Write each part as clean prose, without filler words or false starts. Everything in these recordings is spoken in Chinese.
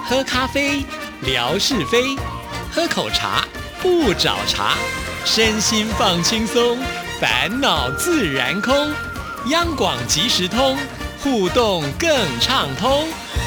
喝咖啡，聊是非；喝口茶，不找茬。身心放轻松，烦恼自然空。央广即时通，互动更畅通。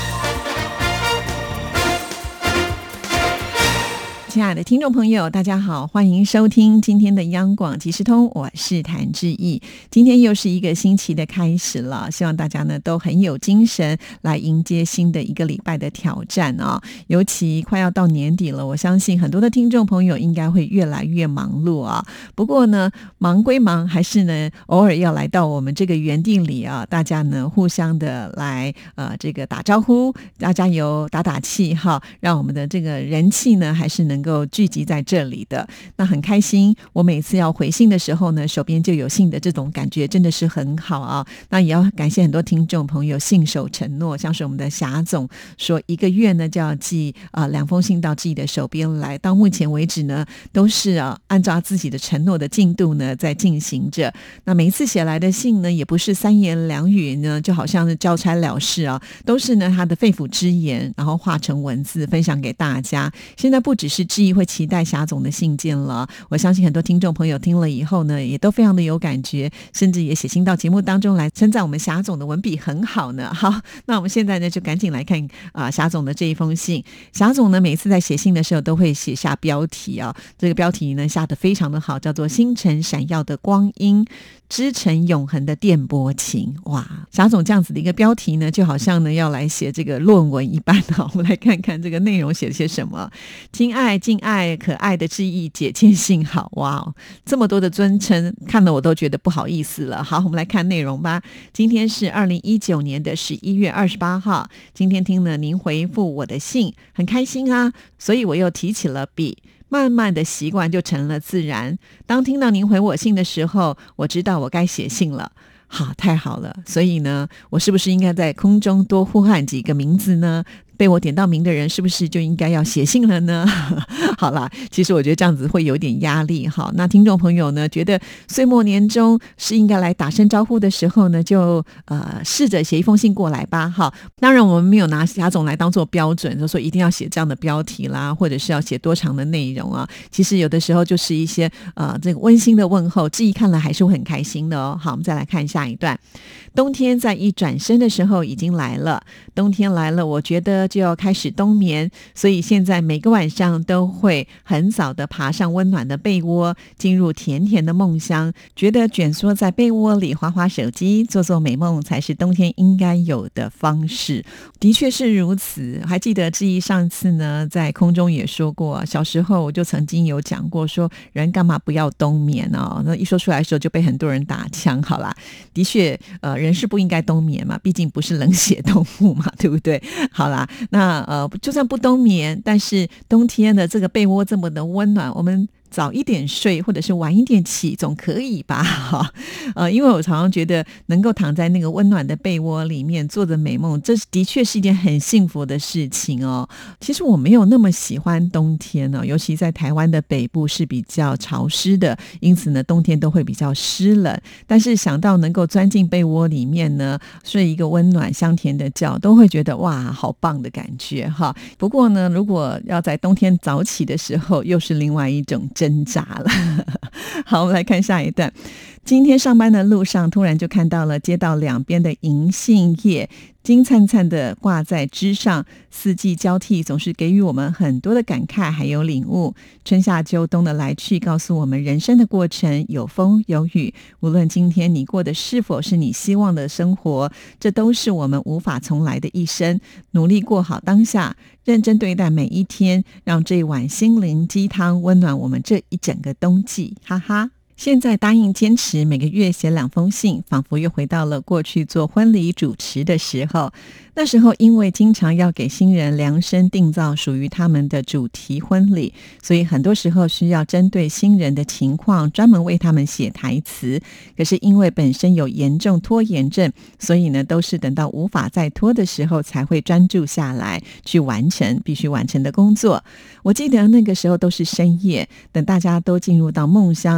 亲爱的听众朋友，大家好，欢迎收听今天的央广即时通，我是谭志毅。今天又是一个星期的开始了，希望大家呢都很有精神来迎接新的一个礼拜的挑战啊！尤其快要到年底了，我相信很多的听众朋友应该会越来越忙碌啊。不过呢，忙归忙，还是呢偶尔要来到我们这个园地里啊，大家呢互相的来这个打招呼，大家有打打气哈，让我们的这个人气呢还是能够聚集在这里的。那很开心，我每次要回信的时候呢，手边就有信的这种感觉真的是很好啊。那也要感谢很多听众朋友信守承诺，像是我们的霞总说1个月呢就要寄2封信到自己的手边来，到目前为止呢都是按照自己的承诺的进度呢在进行着。那每一次写来的信呢也不是三言两语呢，就好像是交差了事啊，都是呢他的肺腑之言，然后化成文字分享给大家。现在不只是志毅会期待霞总的信件了，我相信很多听众朋友听了以后呢也都非常的有感觉，甚至也写信到节目当中来称赞我们霞总的文笔很好呢。好，那我们现在呢就赶紧来看霞总的这一封信。霞总呢每次在写信的时候都会写下标题啊，这个标题呢下得非常的好，叫做星辰闪耀的光阴，织成永恒的电波情。哇，霞总这样子的一个标题呢就好像呢要来写这个论文一般啊。我们来看看这个内容写了些什么。亲爱敬爱可爱的志毅姐见信好。哇，这么多的尊称看了我都觉得不好意思了。好，我们来看内容吧。今天是2019年的11月28号，今天听了您回复我的信，很开心啊，所以我又提起了笔，慢慢的习惯就成了自然。当听到您回我信的时候，我知道我该写信了。好，太好了。所以呢，我是不是应该在空中多呼喊几个名字呢？被我点到名的人是不是就应该要写信了呢？好啦，其实我觉得这样子会有点压力。好，那听众朋友呢觉得岁末年终是应该来打声招呼的时候呢，就试着写一封信过来吧。好，当然我们没有拿霞总来当做标准，就说一定要写这样的标题啦，或者是要写多长的内容啊。其实有的时候就是一些这个温馨的问候，志毅看了还是会很开心的哦。好，我们再来看下一段。冬天在一转身的时候已经来了，冬天来了，我觉得就要开始冬眠，所以现在每个晚上都会很早的爬上温暖的被窝，进入甜甜的梦乡，觉得卷缩在被窝里滑滑手机，做做美梦才是冬天应该有的方式。的确是如此。还记得志毅上次呢在空中也说过，小时候我就曾经有讲过说人干嘛不要冬眠哦，那一说出来的时候就被很多人打枪。好啦，的确人是不应该冬眠嘛，毕竟不是冷血动物嘛，对不对？好啦，那就算不冬眠，但是冬天的这个被窝这么的温暖，我们早一点睡或者是晚一点起总可以吧。因为我常常觉得能够躺在那个温暖的被窝里面做着美梦，这的确是一件很幸福的事情哦。其实我没有那么喜欢冬天哦，尤其在台湾的北部是比较潮湿的，因此呢冬天都会比较湿冷，但是想到能够钻进被窝里面呢睡一个温暖香甜的觉，都会觉得哇好棒的感觉哈。不过呢如果要在冬天早起的时候又是另外一种挣扎了。好，我们来看下一段。今天上班的路上，突然就看到了街道两边的银杏叶，金灿灿的挂在枝上，四季交替，总是给予我们很多的感慨还有领悟。春夏秋冬的来去，告诉我们人生的过程有风有雨，无论今天你过的是否是你希望的生活，这都是我们无法重来的一生。努力过好当下，认真对待每一天，让这一碗心灵鸡汤温暖我们这一整个冬季，哈哈。现在答应坚持每个月写2封信，仿佛又回到了过去做婚礼主持的时候。那时候因为经常要给新人量身定造属于他们的主题婚礼，所以很多时候需要针对新人的情况专门为他们写台词。可是因为本身有严重拖延症，所以呢都是等到无法再拖的时候才会专注下来去完成必须完成的工作。我记得那个时候都是深夜，等大家都进入到梦乡，觉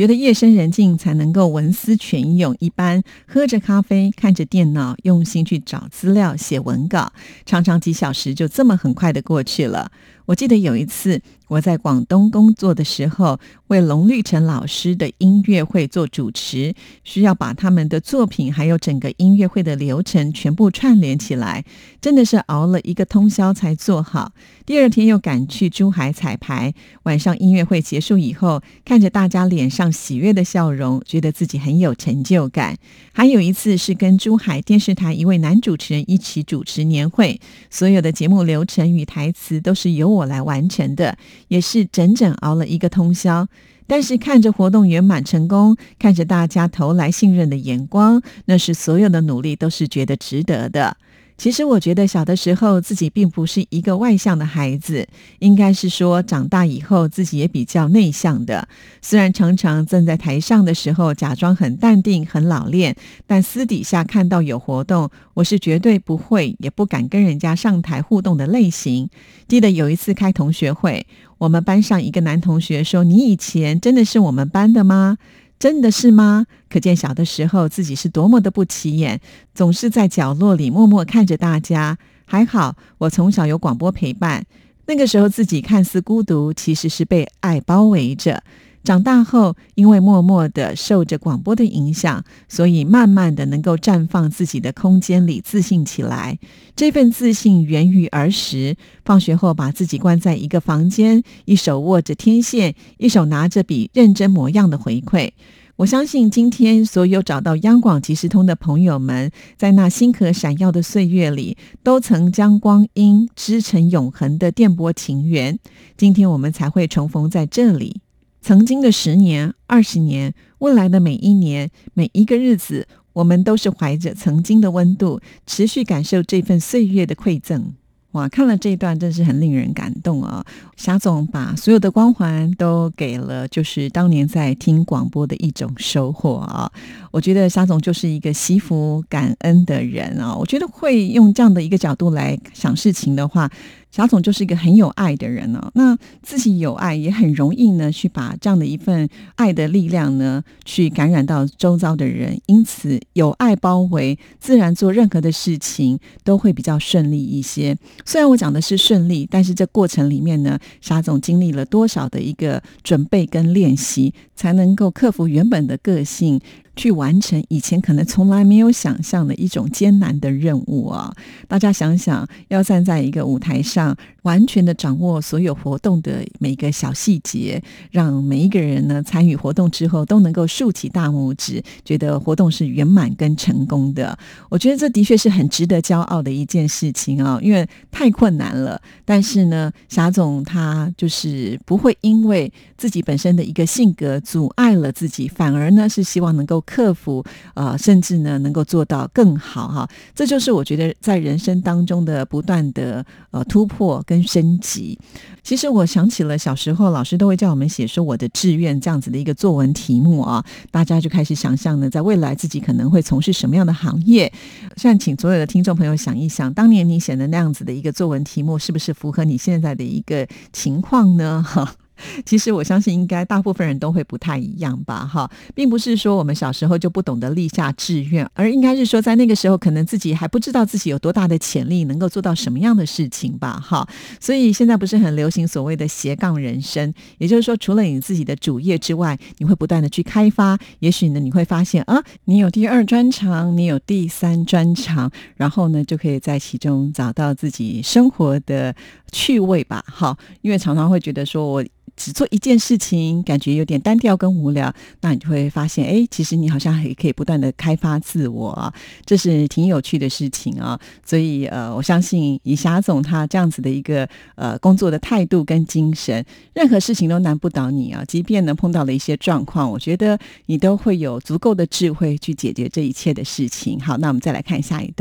得夜深人静才能够文思泉涌，一般喝着咖啡看着电脑用心去找资料写文稿，常常几小时就这么很快的过去了。我记得有一次我在广东工作的时候，为龙绿成老师的音乐会做主持，需要把他们的作品还有整个音乐会的流程全部串联起来，真的是熬了一个通宵才做好。第二天又赶去珠海彩排，晚上音乐会结束以后，看着大家脸上喜悦的笑容，觉得自己很有成就感。还有一次是跟珠海电视台一位男主持人一起主持年会，所有的节目流程与台词都是由我来完成的，也是整整熬了一个通宵。但是看着活动圆满成功，看着大家投来信任的眼光，那是所有的努力都是觉得值得的。其实我觉得小的时候自己并不是一个外向的孩子，应该是说长大以后自己也比较内向的。虽然常常站在台上的时候假装很淡定很老练，但私底下看到有活动，我是绝对不会也不敢跟人家上台互动的类型。记得有一次开同学会，我们班上一个男同学说，你以前真的是我们班的吗？真的是吗？可见小的时候自己是多么的不起眼，总是在角落里默默看着大家。还好我从小有广播陪伴，那个时候自己看似孤独，其实是被爱包围着。长大后因为默默的受着广播的影响，所以慢慢的能够绽放自己的空间里自信起来。这份自信源于儿时，放学后把自己关在一个房间，一手握着天线，一手拿着笔，认真模样的回馈。我相信今天所有找到央广即时通的朋友们，在那星河闪耀的岁月里，都曾将光阴织成永恒的电波情缘。今天我们才会重逢在这里。曾经的10年、20年，未来的每一年、每一个日子，我们都是怀着曾经的温度，持续感受这份岁月的馈赠。哇，看了这一段真是很令人感动啊！霞总把所有的光环都给了就是当年在听广播的一种收获啊！我觉得霞总就是一个惜福感恩的人啊！我觉得会用这样的一个角度来想事情的话，霞总就是一个很有爱的人哦。那自己有爱也很容易呢，去把这样的一份爱的力量呢，去感染到周遭的人。因此有爱包围，自然做任何的事情都会比较顺利一些。虽然我讲的是顺利，但是这过程里面呢，霞总经历了多少的一个准备跟练习，才能够克服原本的个性，去完成以前可能从来没有想象的一种艰难的任务啊！大家想想，要站在一个舞台上，完全的掌握所有活动的每个小细节，让每一个人呢参与活动之后都能够竖起大拇指，觉得活动是圆满跟成功的。我觉得这的确是很值得骄傲的一件事情啊，因为太困难了。但是呢，霞总他就是不会因为自己本身的一个性格阻碍了自己，反而呢是希望能够克服甚至呢能够做到更好哈。这就是我觉得在人生当中的不断的突破跟升级。其实我想起了小时候老师都会叫我们写说我的志愿这样子的一个作文题目啊，大家就开始想象呢在未来自己可能会从事什么样的行业。现在请所有的听众朋友想一想，当年你写的那样子的一个作文题目是不是符合你现在的一个情况呢？其实我相信应该大部分人都会不太一样吧哈，并不是说我们小时候就不懂得立下志愿，而应该是说在那个时候可能自己还不知道自己有多大的潜力能够做到什么样的事情吧哈。所以现在不是很流行所谓的斜杠人生，也就是说除了你自己的主业之外，你会不断的去开发，也许呢你会发现你有第2专长，你有第3专长，然后呢就可以在其中找到自己生活的趣味吧哈。因为常常会觉得说我只做一件事情感觉有点单调跟无聊，那你就会发现其实你好像也可以不断的开发自我啊，这是挺有趣的事情啊。所以我相信以霞总他这样子的一个工作的态度跟精神，任何事情都难不倒你啊。即便呢碰到了一些状况，我觉得你都会有足够的智慧去解决这一切的事情。好，那我们再来看下一段。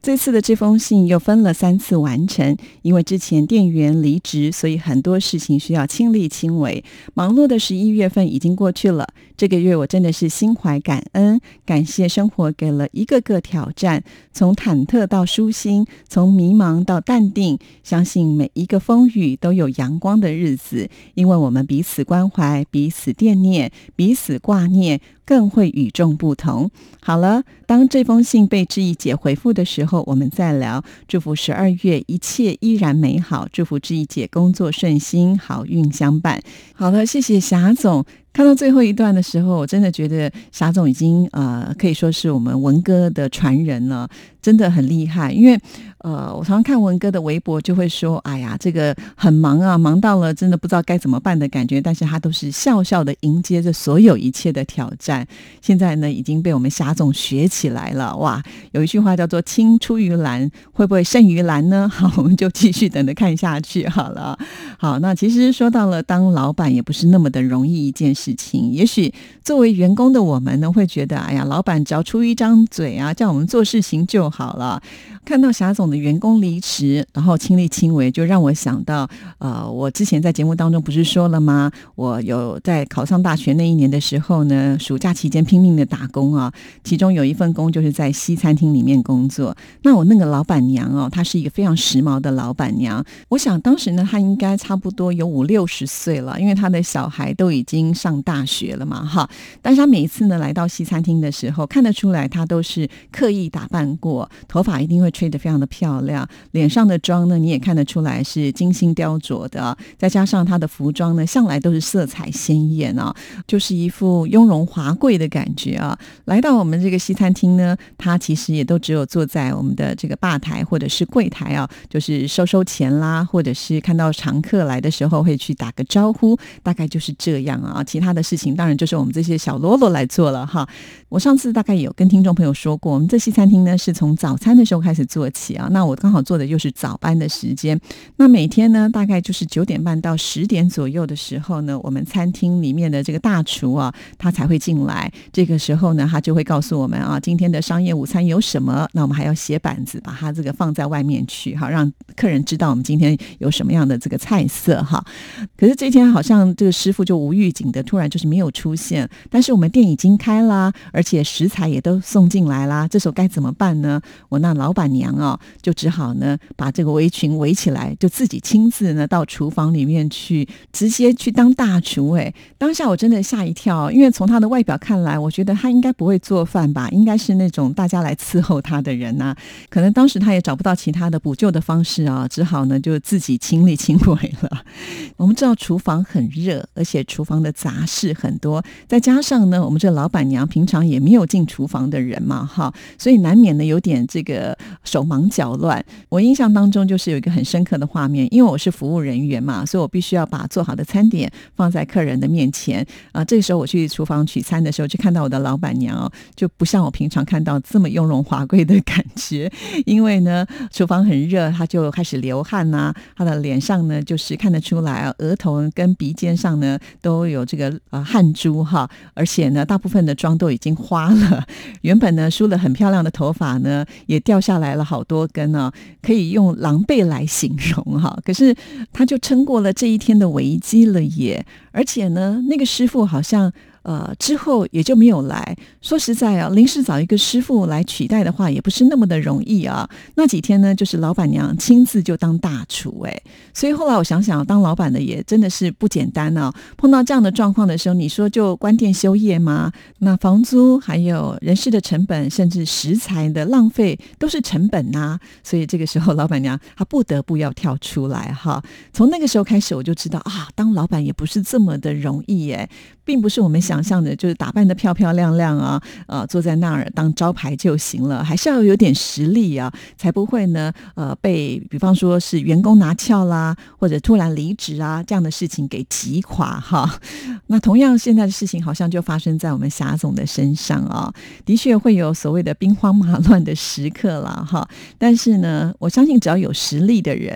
这次的这封信又分了3次完成，因为之前店员离职，所以很多事情需要亲力亲为。忙碌的11月份已经过去了，这个月我真的是心怀感恩，感谢生活给了一个个挑战，从忐忑到舒心，从迷茫到淡定，相信每一个风雨都有阳光的日子，因为我们彼此关怀，彼此惦念，彼此挂念，更会与众不同。好了，当这封信被志毅姐回复的时候，我们再聊。祝福12月一切依然美好，祝福志毅姐工作顺心，好运相伴。好了，谢谢霞总。看到最后一段的时候，我真的觉得霞总已经可以说是我们文哥的传人了，真的很厉害。因为我常常看文哥的微博就会说，哎呀，这个很忙啊，忙到了真的不知道该怎么办的感觉，但是他都是笑笑的迎接着所有一切的挑战。现在呢已经被我们霞总学起来了，哇，有一句话叫做青出于蓝，会不会胜于蓝呢？好，我们就继续等着看下去好了。好，那其实说到了当老板也不是那么的容易一件事情，也许作为员工的我们呢会觉得，哎呀，老板只要出一张嘴啊，叫我们做事情就好了。看到霞总的员工离职，然后亲力亲为，就让我想到我之前在节目当中不是说了吗，我有在考上大学那一年的时候呢，暑假期间拼命的打工啊，其中有一份工就是在西餐厅里面工作。那我那个老板娘哦，她是一个非常时髦的老板娘，我想当时呢她应该差不多有50-60岁了，因为她的小孩都已经上大学了嘛哈。但是她每一次呢来到西餐厅的时候，看得出来她都是刻意打扮过，头发一定会吹得非常的漂亮，脸上的妆呢你也看得出来是精心雕琢的，再加上她的服装呢向来都是色彩鲜艳啊，就是一副雍容华贵的感觉啊。来到我们这个西餐厅呢，她其实也都只有坐在我们的这个吧台或者是柜台啊，就是收钱啦，或者是看到常客来的时候会去打个招呼，大概就是这样啊。其他的事情当然就是我们这些小喽啰来做了哈。我上次大概有跟听众朋友说过，我们这西餐厅呢是从早餐的时候开始做起啊，那我刚好做的又是早班的时间，那每天呢大概就是9点半到10点左右的时候呢，我们餐厅里面的这个大厨啊他才会进来，这个时候呢他就会告诉我们啊，今天的商业午餐有什么，那我们还要写板子把它这个放在外面去，好让客人知道我们今天有什么样的这个菜色哈。可是这天好像这个师傅就无预警的突然就是没有出现，但是我们店已经开啦，而且食材也都送进来啦，这时候该怎么办呢？我那老板娘啊就只好呢把这个围裙围起来，就自己亲自呢到厨房里面去，直接去当大厨。当下我真的吓一跳，因为从他的外表看来，我觉得他应该不会做饭吧，应该是那种大家来伺候他的人啊。可能当时他也找不到其他的补救的方式啊，只好呢就自己亲力亲为了。我们知道厨房很热，而且厨房的杂事很多，再加上呢我们这老板娘平常也没有进厨房的人嘛哈，所以难免呢有点这个手忙脚乱。我印象当中就是有一个很深刻的画面，因为我是服务人员嘛，所以我必须要把做好的餐点放在客人的面前这个时候我去厨房取餐的时候，就看到我的老板娘就不像我平常看到这么雍容华贵的感觉，因为呢厨房很热，她就开始流汗啊，她的脸上呢就是看得出来额头跟鼻尖上呢都有这个汗珠哈，而且呢大部分的妆都已经花了，原本呢梳了很漂亮的头发呢也掉下来了好多根可以用狼狈来形容哈。可是她就撑过了这一天的危机了耶，而且呢那个师傅好像之后也就没有来。说实在临时找一个师傅来取代的话也不是那么的容易啊。那几天呢就是老板娘亲自就当大厨所以后来我想想当老板的也真的是不简单碰到这样的状况的时候，你说就关店休业吗？那房租还有人事的成本，甚至食材的浪费都是成本啊。所以这个时候老板娘她不得不要跳出来哈。从那个时候开始我就知道当老板也不是这么的容易并不是我们想象的就是打扮得漂漂亮亮坐在那儿当招牌就行了，还是要有点实力才不会呢被比方说是员工拿翘啦，或者突然离职这样的事情给击垮哈。那同样现在的事情好像就发生在我们霞总的身上的确会有所谓的兵荒马乱的时刻啦哈。但是呢我相信只要有实力的人，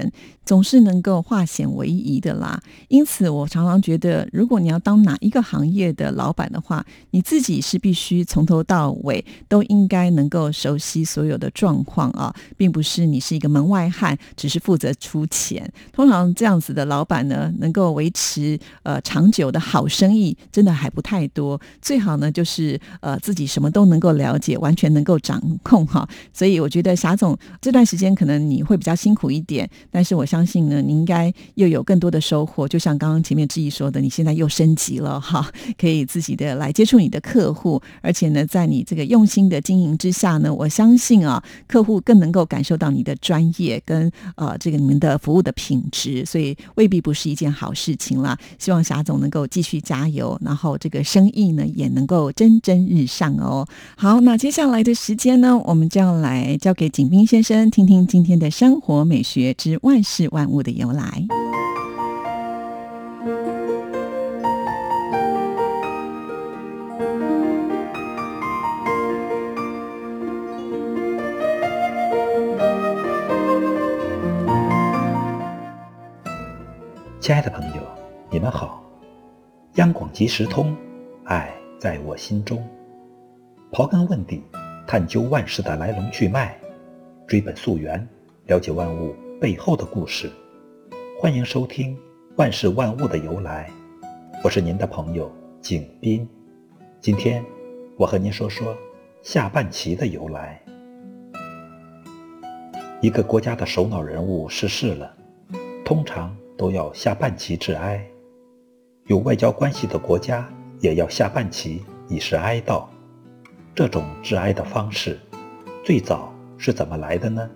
总是能够化险为夷的啦。因此我常常觉得，如果你要当哪一个行业的老板的话，你自己是必须从头到尾都应该能够熟悉所有的状况啊，并不是你是一个门外汉，只是负责出钱。通常这样子的老板呢，能够维持长久的好生意真的还不太多。最好呢就是自己什么都能够了解，完全能够掌控哈。所以我觉得霞总这段时间可能你会比较辛苦一点，但是我相信呢，你应该又有更多的收获。就像刚刚前面志毅说的，你现在又升级了哈，可以自己的来接触你的客户，而且呢，在你这个用心的经营之下呢，我相信啊，客户更能够感受到你的专业跟这个你们的服务的品质，所以未必不是一件好事情啦。希望霞总能够继续加油，然后这个生意呢也能够蒸蒸日上哦。好，那接下来的时间呢，我们就要来交给景斌先生，听听今天的生活美学之万事万物的由来。 亲爱的朋友，你们好。央广即时通，爱在我心中。刨根问底，探究万事的来龙去脉，追本溯源，了解万物背后的故事。欢迎收听万事万物的由来，我是您的朋友景斌。今天我和您说说下半旗的由来。一个国家的首脑人物逝世了，通常都要下半旗致哀，有外交关系的国家也要下半旗以示哀悼。这种致哀的方式最早是怎么来的呢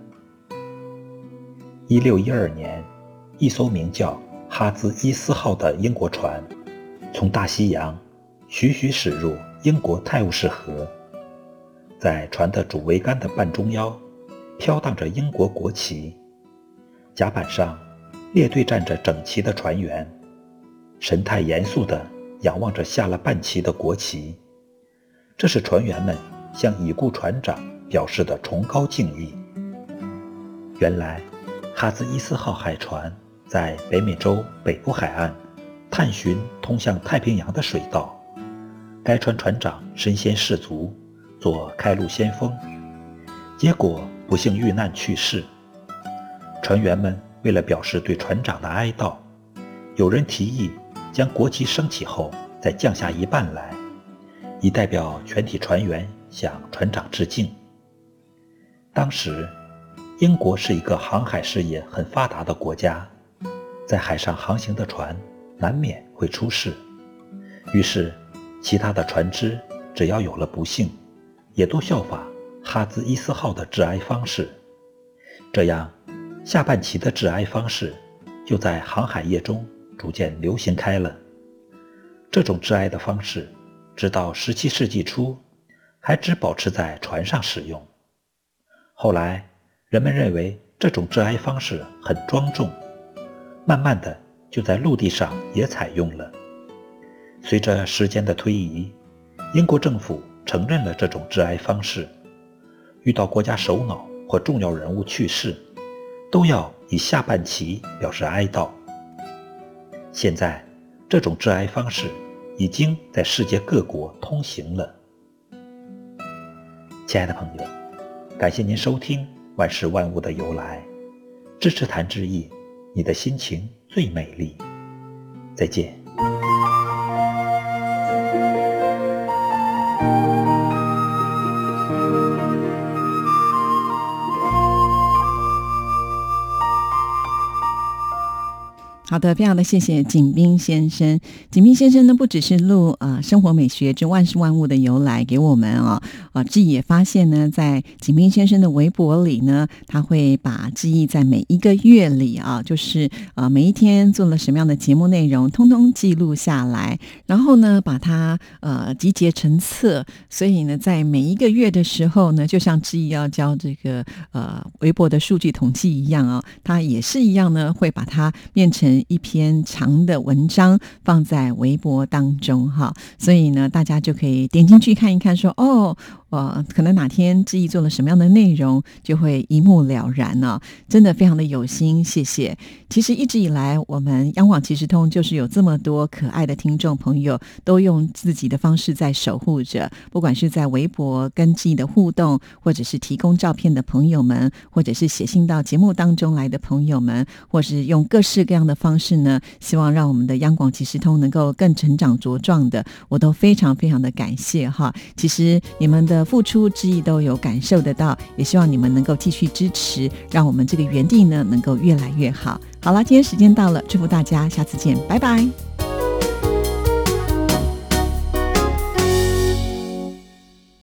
？1612年，一艘名叫哈兹伊斯号的英国船从大西洋徐徐驶入英国泰晤士河，在船的主桅杆的半中央飘荡着英国国旗，甲板上列队站着整齐的船员，神态严肃地仰望着下了半旗的国旗。这是船员们向已故船长表示的崇高敬意。原来哈兹伊斯号海船在北美洲北部海岸探寻通向太平洋的水道，该船船长身先士卒，做开路先锋，结果不幸遇难去世。船员们为了表示对船长的哀悼，有人提议将国旗升起后再降下一半来，以代表全体船员向船长致敬。当时英国是一个航海事业很发达的国家，在海上航行的船难免会出事，于是其他的船只只要有了不幸，也都效法哈兹伊斯号的致哀方式。这样下半旗的致哀方式就在航海业中逐渐流行开了。这种致哀的方式直到17世纪初还只保持在船上使用。后来人们认为这种致哀方式很庄重，慢慢的就在陆地上也采用了。随着时间的推移，英国政府承认了这种致哀方式，遇到国家首脑或重要人物去世，都要以下半旗表示哀悼。现在这种致哀方式已经在世界各国通行了。亲爱的朋友，感谢您收听万事万物的由来，支持谭志毅，你的心情最美丽。再见。 好的，非常的谢谢景斌先生。景斌先生呢，不只是录生活美学之万事万物的由来给我们志毅也发现呢，在景斌先生的微博里呢，他会把志毅在每一个月里就是每一天做了什么样的节目内容，通通记录下来，然后呢，把它集结成册。所以呢，在每一个月的时候呢，就像志毅要教这个微博的数据统计一样他也是一样呢，会把它变成成一篇长的文章放在微博当中哈，所以呢大家就可以点进去看一看说可能哪天志毅做了什么样的内容就会一目了然呢，真的非常的有心，谢谢。其实一直以来我们央广即时通就是有这么多可爱的听众朋友都用自己的方式在守护着，不管是在微博跟志毅的互动，或者是提供照片的朋友们，或者是写信到节目当中来的朋友们，或是用各式各样的方式呢，希望让我们的央广即时通能够更成长茁壮的，我都非常非常的感谢哈。其实你们的付出之意都有感受得到，也希望你们能够继续支持，让我们这个园地呢能够越来越好。好了，今天时间到了，祝福大家，下次见，拜拜。